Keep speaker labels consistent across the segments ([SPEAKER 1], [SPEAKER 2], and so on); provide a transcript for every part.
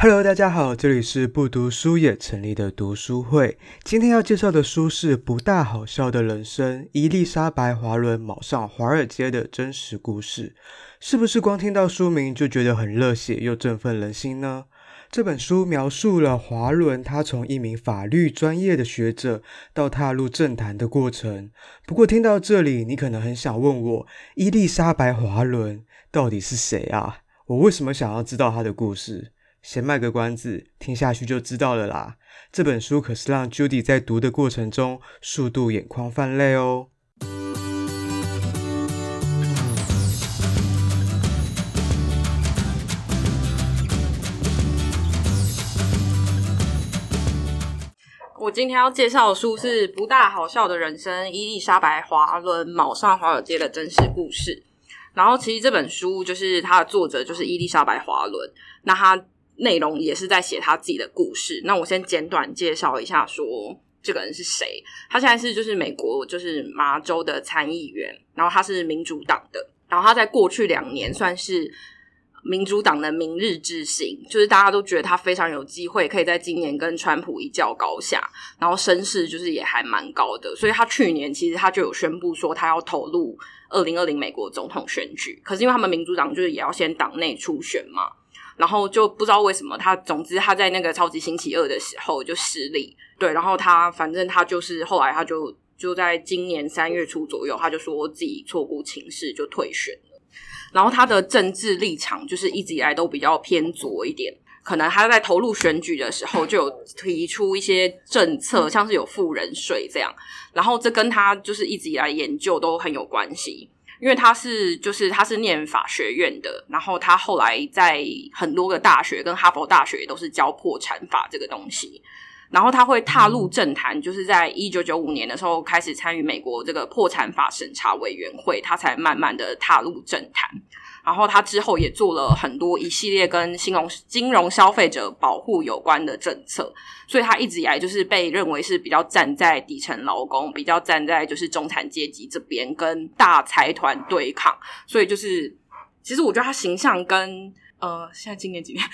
[SPEAKER 1] Hello， 大家好，这里是不读书也成立的读书会。今天要介绍的书是《不大好笑的人生：伊丽莎白·华伦卯上华尔街的真实故事》。是不是光听到书名就觉得很热血又振奋人心呢？这本书描述了华伦他从一名法律专业的学者到踏入政坛的过程。不过听到这里，你可能很想问我，伊丽莎白·华伦到底是谁啊？我为什么想要知道她的故事？先卖个关子，听下去就知道了啦。这本书可是让 Judy 在读的过程中数度眼眶泛泪哦。
[SPEAKER 2] 我今天要介绍的书是《不大好笑的人生：伊丽莎白·华伦卯上华尔街的真实故事》。然后其实这本书就是它的作者就是伊丽莎白·华伦，那它内容也是在写他自己的故事。那我先简短介绍一下说这个人是谁。他现在是就是美国就是麻州的参议员，然后他是民主党的，然后他在过去2年算是民主党的明日之星，就是大家都觉得他非常有机会可以在今年跟川普一较高下，然后声势就是也还蛮高的，所以他去年其实他就有宣布说他要投入2020美国总统选举。可是因为他们民主党就是也要先党内初选嘛，然后就不知道为什么总之他在那个超级星期二的时候就失利，对，然后反正他就是后来他就在今年3月初左右，他就说自己错估情势就退选了。然后他的政治立场就是一直以来都比较偏左一点，可能他在投入选举的时候就有提出一些政策，像是有富人税这样，然后这跟他就是一直以来研究都很有关系。因为他是念法学院的，然后他后来在很多个大学跟哈佛大学也都是教破产法这个东西。然后他会踏入政坛，就是在1995年的时候开始参与美国这个破产法审查委员会，他才慢慢的踏入政坛。然后他之后也做了很多一系列跟金融消费者保护有关的政策，所以他一直以来就是被认为是比较站在底层劳工，比较站在就是中产阶级这边跟大财团对抗。所以就是其实我觉得他形象跟现在今年几年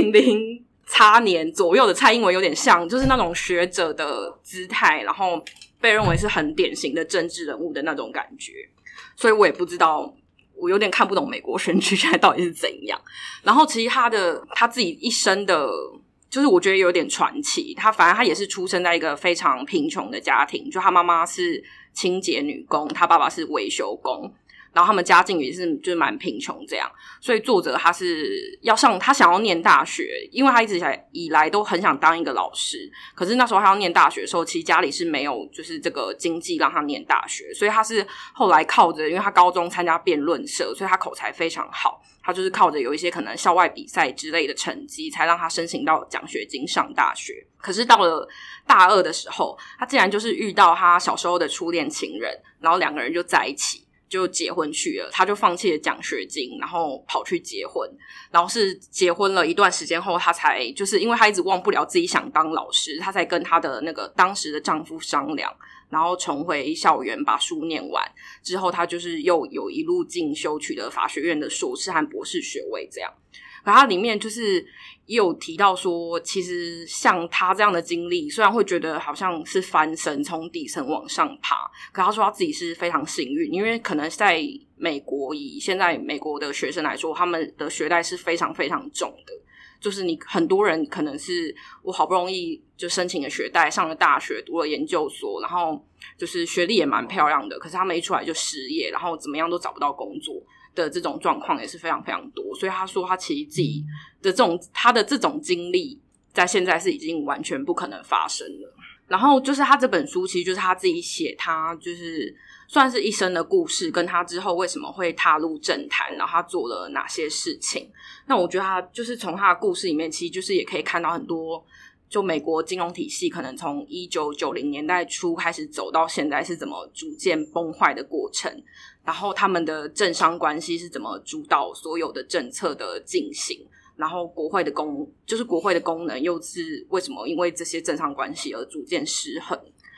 [SPEAKER 2] 2008年左右的蔡英文有点像，就是那种学者的姿态，然后被认为是很典型的政治人物的那种感觉。所以我也不知道，我有点看不懂美国选举现在到底是怎样。然后其实他自己一生的就是我觉得有点传奇。反正他也是出生在一个非常贫穷的家庭，就他妈妈是清洁女工，他爸爸是维修工，然后他们家境也是就是蛮贫穷这样。所以作者他想要念大学，因为他一直以来都很想当一个老师，可是那时候他要念大学的时候，其实家里是没有就是这个经济让他念大学，所以他是后来靠着，因为他高中参加辩论社，所以他口才非常好，他就是靠着有一些可能校外比赛之类的成绩才让他申请到奖学金上大学。可是到了大2的时候，他竟然就是遇到他小时候的初恋情人，然后2个人就在一起，就结婚去了。他就放弃了奖学金，然后跑去结婚，然后是结婚了一段时间后，他才就是因为他一直忘不了自己想当老师，他才跟他的那个当时的丈夫商量，然后重回校园把书念完之后，他就是又有一路进修，取得法学院的硕士和博士学位这样。可他里面就是也有提到说，其实像他这样的经历，虽然会觉得好像是翻身从底层往上爬，可他说他自己是非常幸运，因为可能在美国以现在美国的学生来说，他们的学贷是非常非常重的，就是你很多人可能是我好不容易就申请了学贷，上了大学，读了研究所，然后就是学历也蛮漂亮的，可是他们一出来就失业，然后怎么样都找不到工作的这种状况也是非常非常多。所以他说他其实自己的他的这种经历在现在是已经完全不可能发生了。然后就是他这本书其实就是他自己写，他就是算是一生的故事，跟他之后为什么会踏入政坛，然后他做了哪些事情。那我觉得他就是从他的故事里面其实就是也可以看到很多就美国金融体系可能从1990年代初开始走到现在是怎么逐渐崩坏的过程，然后他们的政商关系是怎么主导所有的政策的进行，然后国会的功能又是为什么因为这些政商关系而逐渐失衡。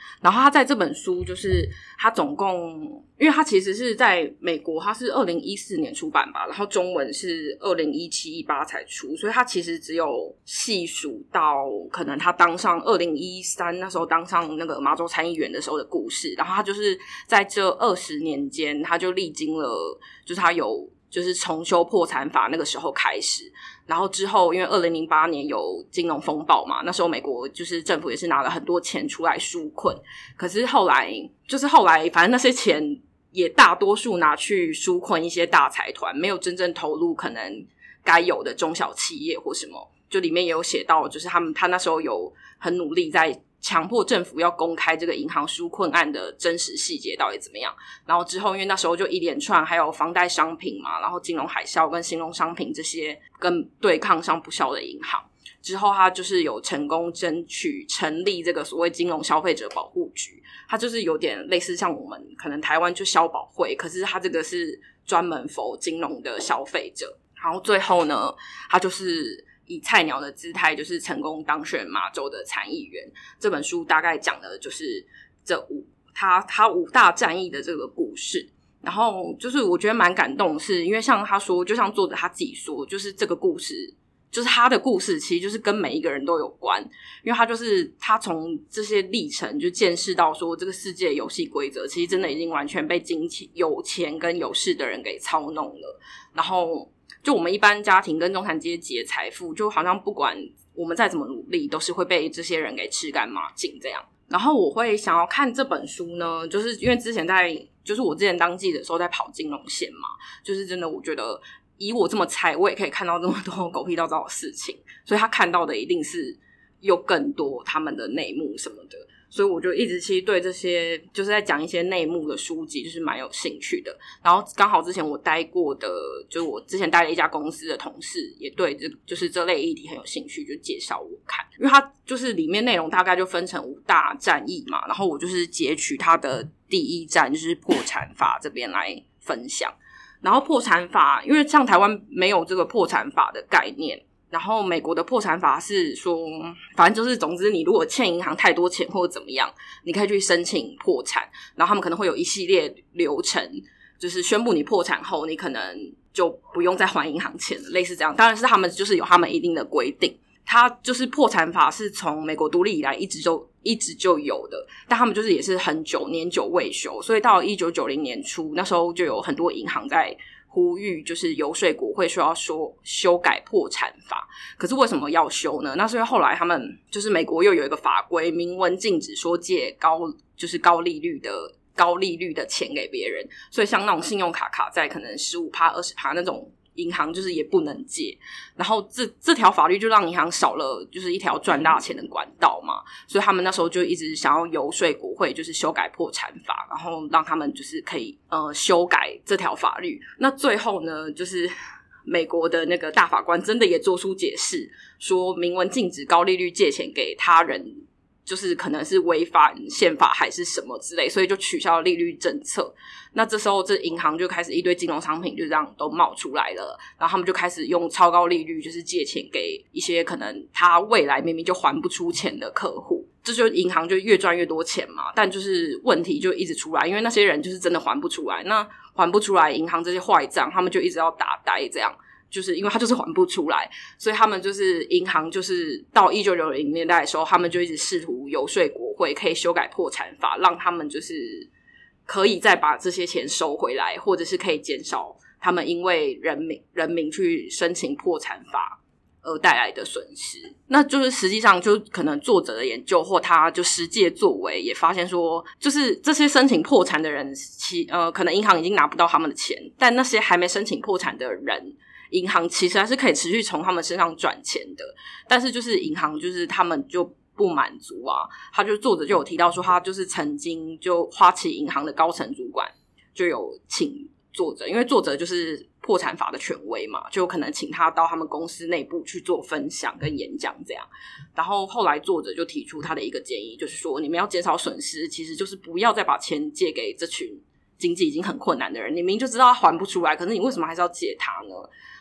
[SPEAKER 2] 然后他在这本书就是他总共，因为他其实是在美国，他是2014年出版吧，然后中文是2017-18才出，所以他其实只有细数到可能他当上2013那时候当上那个马州参议员的时候的故事，然后他就是在这20年间他就历经了，就是他有就是重修破产法那个时候开始，然后之后因为2008年有金融风暴嘛，那时候美国就是政府也是拿了很多钱出来纾困，可是后来反正那些钱也大多数拿去纾困一些大财团，没有真正投入可能该有的中小企业或什么，就里面也有写到就是他那时候有很努力在强迫政府要公开这个银行纾困案的真实细节到底怎么样，然后之后因为那时候就一连串还有房贷商品嘛，然后金融海啸跟信用商品这些跟对抗上不肖的银行，之后他就是有成功争取成立这个所谓金融消费者保护局，他就是有点类似像我们可能台湾就消保会，可是他这个是专门 for 金融的消费者，然后最后呢他就是以菜鸟的姿态就是成功当选马州的参议员。这本书大概讲的就是他五大战役的这个故事，然后就是我觉得蛮感动的是，因为像他说，就像作者他自己说，就是这个故事就是他的故事其实就是跟每一个人都有关，因为他从这些历程就见识到说这个世界游戏规则其实真的已经完全被金钱有钱跟有势的人给操弄了，然后就我们一般家庭跟中产阶级的财富就好像不管我们再怎么努力都是会被这些人给吃干抹净这样。然后我会想要看这本书呢，就是因为之前就是我之前当记者的时候在跑金融线嘛，就是真的我觉得以我这么菜我也可以看到这么多狗屁倒灶的事情，所以他看到的一定是有更多他们的内幕什么的，所以我就一直其实对这些就是在讲一些内幕的书籍就是蛮有兴趣的。然后刚好之前我待过的就是我之前待了一家公司的同事也对就是这类议题很有兴趣，就介绍我看，因为它就是里面内容大概就分成5大战役嘛，然后我就是截取它的第一战就是破产法这边来分享。然后破产法因为像台湾没有这个破产法的概念，然后美国的破产法是说反正就是总之你如果欠银行太多钱或者怎么样你可以去申请破产，然后他们可能会有一系列流程，就是宣布你破产后你可能就不用再还银行钱了，类似这样。当然是他们就是有他们一定的规定，它就是破产法是从美国独立以来一直就有的，但他们就是也是很久年久未修，所以到1990年初那时候就有很多银行在呼吁就是游说国会说要修改破产法。可是为什么要修呢？那是因为后来他们就是美国又有一个法规明文禁止说借高利率的钱给别人，所以像那种信用卡卡债可能 15%、20% 那种银行就是也不能借，然后这条法律就让银行少了就是一条赚大钱的管道嘛，所以他们那时候就一直想要游说国会就是修改破产法，然后让他们就是可以修改这条法律。那最后呢就是美国的那个大法官真的也做出解释，说明文禁止高利率借钱给他人就是可能是违反宪法还是什么之类，所以就取消了利率政策。那这时候这银行就开始一堆金融商品就这样都冒出来了，然后他们就开始用超高利率就是借钱给一些可能他未来明明就还不出钱的客户，这就银行就越赚越多钱嘛。但就是问题就一直出来，因为那些人就是真的还不出来，那还不出来银行这些坏账他们就一直要打呆，这样就是因为他就是还不出来，所以他们就是银行就是到1990年代的时候他们就一直试图游说国会可以修改破产法，让他们就是可以再把这些钱收回来，或者是可以减少他们因为人民去申请破产法而带来的损失。那就是实际上就可能作者的研究或他就实际的作为也发现说，就是这些申请破产的人可能银行已经拿不到他们的钱，但那些还没申请破产的人银行其实还是可以持续从他们身上赚钱的。但是就是银行就是他们就不满足啊，他就作者就有提到说他就是曾经就花旗银行的高层主管就有请作者，因为作者就是破产法的权威嘛，就可能请他到他们公司内部去做分享跟演讲这样。然后后来作者就提出他的一个建议，就是说你们要减少损失，其实就是不要再把钱借给这群经济已经很困难的人，你明明就知道他还不出来，可是你为什么还是要借他呢？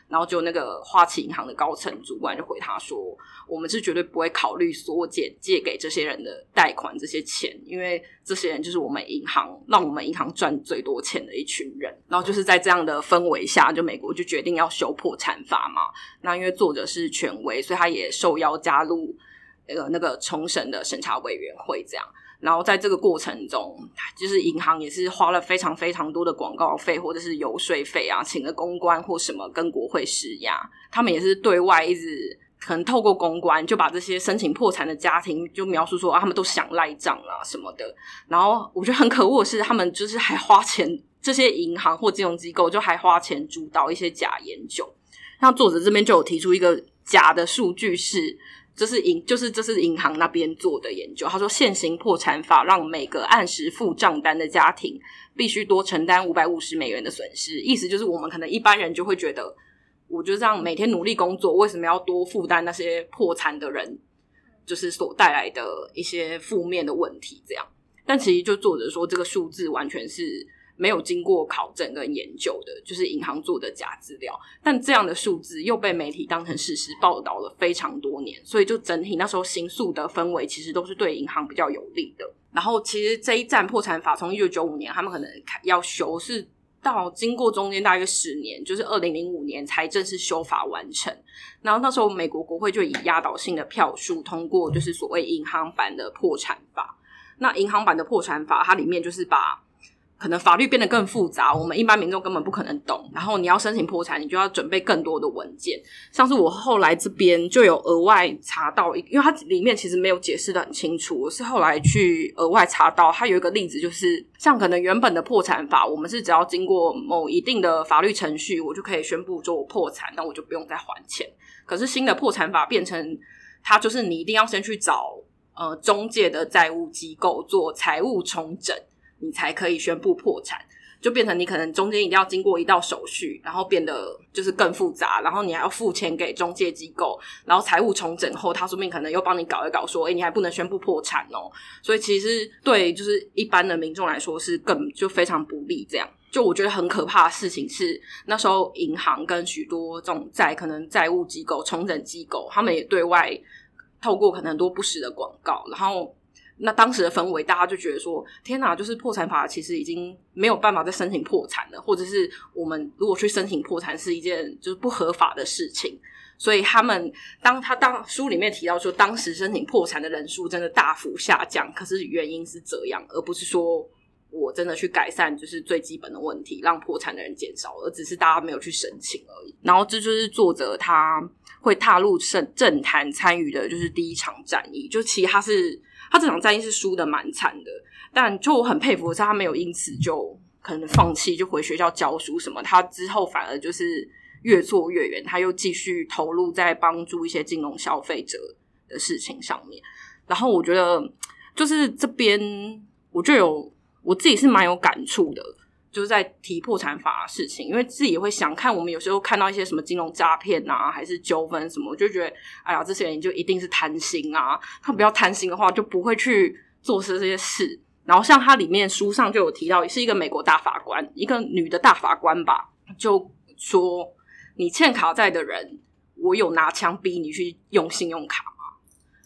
[SPEAKER 2] 然后就那个花旗银行的高层主管就回他说，我们是绝对不会考虑缩减借给这些人的贷款这些钱，因为这些人就是我们银行让我们银行赚最多钱的一群人。然后就是在这样的氛围下，就美国就决定要修破产法嘛。那因为作者是权威，所以他也受邀加入那个重审的审查委员会这样。然后在这个过程中，就是银行也是花了非常非常多的广告费或者是游说费啊，请了公关或什么跟国会施压。他们也是对外一直可能透过公关就把这些申请破产的家庭就描述说他们都想赖账啊什么的。然后我觉得很可恶的是，他们就是还花钱，这些银行或金融机构就还花钱主导一些假研究。像作者这边就有提出一个假的数据是这是银行那边做的研究。他说现行破产法让每个按时付账单的家庭必须多承担$550的损失，意思就是我们可能一般人就会觉得，我就这样每天努力工作，为什么要多负担那些破产的人就是所带来的一些负面的问题这样。但其实就作者说这个数字完全是没有经过考证跟研究的，就是银行做的假资料。但这样的数字又被媒体当成事实报道了非常多年，所以就整体那时候刑诉的氛围其实都是对银行比较有利的。然后其实这一战破产法从1995年他们可能要修，是到经过中间大约10年，就是2005年才正式修法完成。然后那时候美国国会就以压倒性的票数通过就是所谓银行版的破产法。那银行版的破产法它里面就是把可能法律变得更复杂，我们一般民众根本不可能懂，然后你要申请破产你就要准备更多的文件。像是我后来这边就有额外查到，因为它里面其实没有解释得很清楚，我是后来去额外查到它有一个例子，就是像可能原本的破产法我们是只要经过某一定的法律程序我就可以宣布说我破产，那我就不用再还钱。可是新的破产法变成它就是你一定要先去找中介的债务机构做财务重整，你才可以宣布破产，就变成你可能中间一定要经过一道手续，然后变得就是更复杂，然后你还要付钱给中介机构，然后财务重整后他说不定可能又帮你搞一搞说你还不能宣布破产哦。所以其实对就是一般的民众来说是就非常不利这样。就我觉得很可怕的事情是那时候银行跟许多这种可能债务机构重整机构他们也对外透过可能很多不实的广告，然后那当时的氛围大家就觉得说天哪，就是破产法其实已经没有办法再申请破产了，或者是我们如果去申请破产是一件就是不合法的事情。所以他们当书里面提到说当时申请破产的人数真的大幅下降，可是原因是这样，而不是说我真的去改善就是最基本的问题让破产的人减少，而只是大家没有去申请而已。然后这就是作者他会踏入政坛参与的就是第一场战役，就其实他这场战役是输得蛮惨的，但就我很佩服的是他没有因此就可能放弃就回学校教书什么，他之后反而就是越做越远，他又继续投入在帮助一些金融消费者的事情上面。然后我觉得就是这边我自己是蛮有感触的，就是在提破产法的事情，因为自己也会想看我们有时候看到一些什么金融诈骗啊还是纠纷什么，我就觉得哎呀这些人就一定是贪心啊，他不要贪心的话就不会去做这些事。然后像他里面书上就有提到是一个美国大法官，一个女的大法官吧，就说你欠卡债的人我有拿枪逼你去用信用卡吗？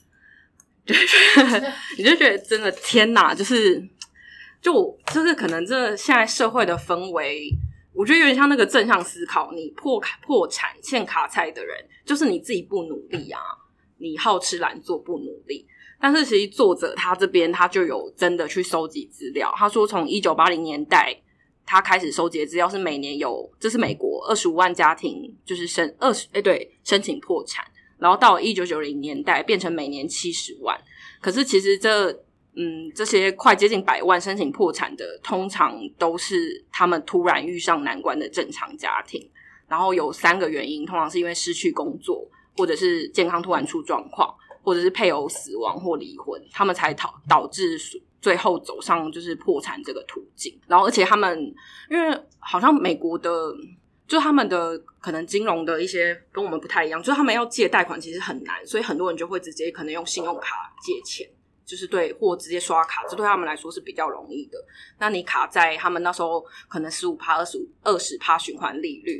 [SPEAKER 2] 你就觉得真的天哪，就是可能这现在社会的氛围我觉得有点像那个正向思考，你破产欠卡债的人就是你自己不努力啊，你好吃懒做不努力。但是其实作者他这边他就有真的去收集资料，他说从1980年代他开始收集的资料是每年这是美国25万家庭就是申请破产，然后到1990年代变成每年70万。可是其实这些快接近100万申请破产的通常都是他们突然遇上难关的正常家庭，然后有3个原因，通常是因为失去工作，或者是健康突然出状况，或者是配偶死亡或离婚，他们才导致最后走上就是破产这个途径。然后而且他们因为好像美国的就他们的可能金融的一些跟我们不太一样，就是他们要借贷款其实很难，所以很多人就会直接可能用信用卡借钱，就是或直接刷卡，这对他们来说是比较容易的。那你卡在他们那时候可能 15% 20% 循环利率，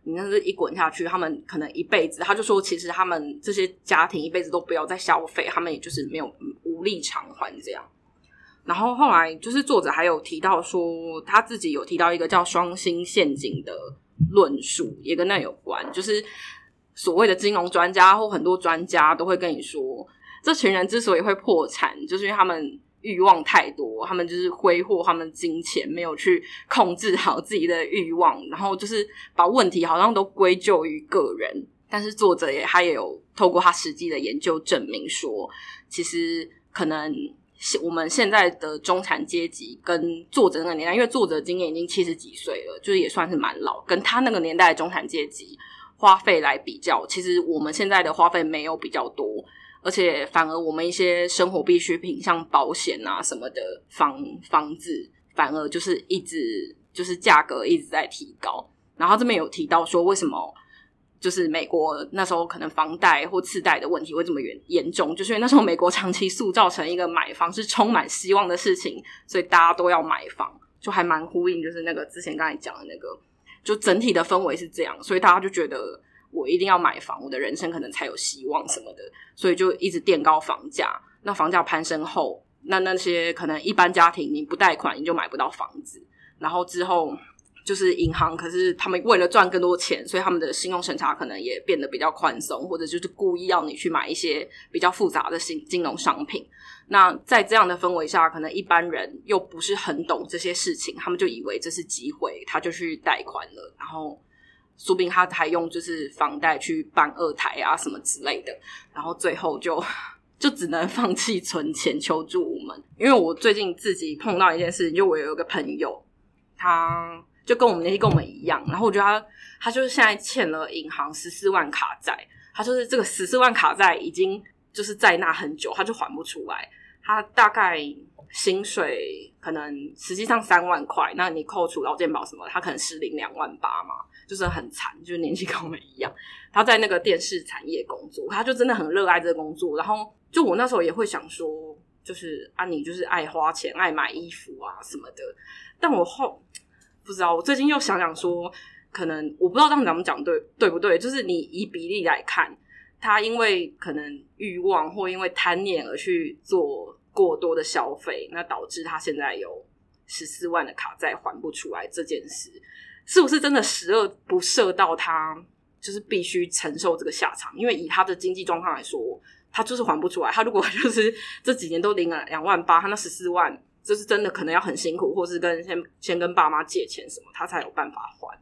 [SPEAKER 2] 你那是一滚下去，他们可能一辈子，他就说其实他们这些家庭一辈子都不要再消费，他们也就是没有无力偿还这样。然后后来就是作者还有提到说，他自己有提到一个叫双星陷阱的论述，也跟那有关，就是所谓的金融专家或很多专家都会跟你说，这群人之所以会破产，就是因为他们欲望太多，他们就是挥霍他们金钱，没有去控制好自己的欲望，然后就是把问题好像都归咎于个人。但是作者他也有透过他实际的研究证明说，其实可能我们现在的中产阶级跟作者那个年代，因为作者今年已经70几岁了，就是也算是蛮老，跟他那个年代的中产阶级花费来比较，其实我们现在的花费没有比较多，而且反而我们一些生活必需品像保险啊什么的房子反而就是一直就是价格一直在提高。然后这边有提到说为什么就是美国那时候可能房贷或次贷的问题会这么严重，就是因为那时候美国长期塑造成一个买房是充满希望的事情，所以大家都要买房，就还蛮呼应就是那个之前刚才讲的那个，就整体的氛围是这样，所以大家就觉得我一定要买房，我的人生可能才有希望什么的，所以就一直垫高房价。那房价攀升后，那些可能一般家庭你不贷款你就买不到房子，然后之后就是银行，可是他们为了赚更多钱，所以他们的信用审查可能也变得比较宽松，或者就是故意要你去买一些比较复杂的金融商品。那在这样的氛围下，可能一般人又不是很懂这些事情，他们就以为这是机会，他就去贷款了，然后说不定他还用就是房贷去办二胎啊什么之类的，然后最后就只能放弃存钱求助无门。因为我最近自己碰到一件事情，就我有一个朋友，他就跟我们年纪跟我们一样，然后我觉得他就是现在欠了银行14万卡债，他就是这个14万卡债已经就是在那很久，他就还不出来。他大概薪水可能实际上3万块，那你扣除劳健保什么，他可能失领2万8嘛，就是很惨，就是年纪跟我们一样。他在那个电视产业工作，他就真的很热爱这个工作。然后就我那时候也会想说，就是你就是爱花钱爱买衣服啊什么的，但我不知道，我最近又想说，可能我不知道这样怎么讲对不对，就是你以比例来看，他因为可能欲望或因为贪念而去做过多的消费，那导致他现在有14万的卡债还不出来，这件事是不是真的十恶不赦到他就是必须承受这个下场？因为以他的经济状况来说，他就是还不出来。他如果就是这几年都领了2万8，他那14万就是真的可能要很辛苦，或是先跟爸妈借钱什么，他才有办法还。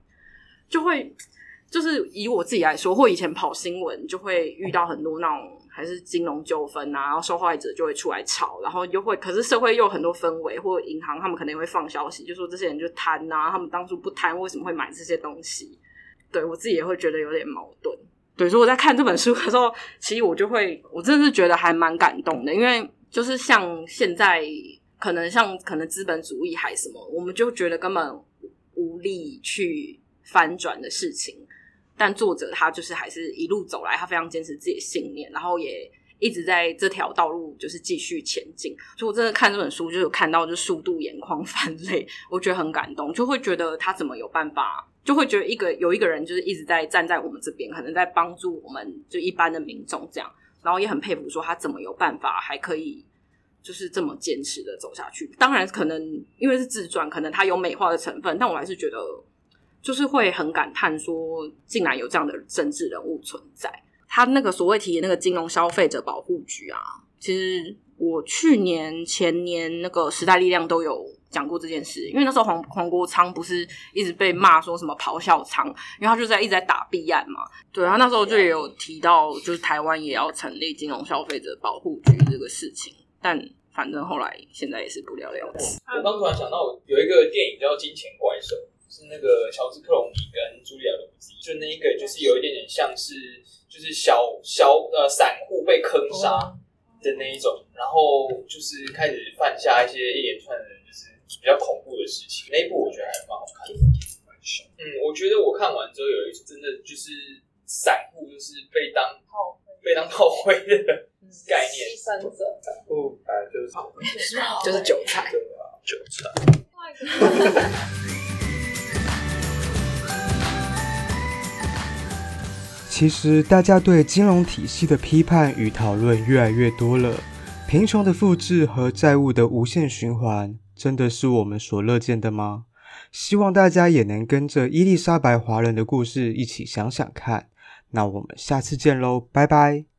[SPEAKER 2] 就是以我自己来说，或以前跑新闻就会遇到很多那种还是金融纠纷啊，然后受害者就会出来吵，然后可是社会又有很多氛围，或银行他们可能也会放消息，就说这些人就贪啊，他们当初不贪为什么会买这些东西？对，我自己也会觉得有点矛盾。对，所以我在看这本书的时候，其实我真的是觉得还蛮感动的，因为就是像现在可能资本主义还什么，我们就觉得根本无力去翻转的事情，但作者他就是还是一路走来，他非常坚持自己的信念，然后也一直在这条道路就是继续前进。所以我真的看这本书就有看到就数度眼眶泛泪，我觉得很感动，就会觉得他怎么有办法，就会觉得有一个人就是一直在站在我们这边，可能在帮助我们就一般的民众这样，然后也很佩服说他怎么有办法还可以就是这么坚持的走下去。当然可能因为是自传，可能他有美化的成分，但我还是觉得就是会很感叹说竟然有这样的政治人物存在。他那个所谓提的那个金融消费者保护局啊，其实我去年前年那个时代力量都有讲过这件事，因为那时候黄国昌不是一直被骂说什么咆哮仓，因为他就一直在打弊案嘛。对，他那时候就也有提到就是台湾也要成立金融消费者保护局这个事情，但反正后来现在也是不了了之。
[SPEAKER 3] 我刚突然想到有一个电影叫《金钱怪兽》，是那个乔治克隆尼跟茱莉亚罗兹，就那一个就是有一点点像是就是散户被坑杀的那一种，然后就是开始犯下一连串的就是比较恐怖的事情。那一部我觉得还蛮好看的。我觉得我看完之后有一次真的就是散户就是被当炮灰的概念，
[SPEAKER 4] 牺牲者，
[SPEAKER 3] 散户
[SPEAKER 2] 就是韭菜，
[SPEAKER 3] 对啊，韭菜。
[SPEAKER 1] 其实大家对金融体系的批判与讨论越来越多了，贫穷的复制和债务的无限循环，真的是我们所乐见的吗？希望大家也能跟着伊丽莎白华人的故事一起想想看。那我们下次见喽，拜拜。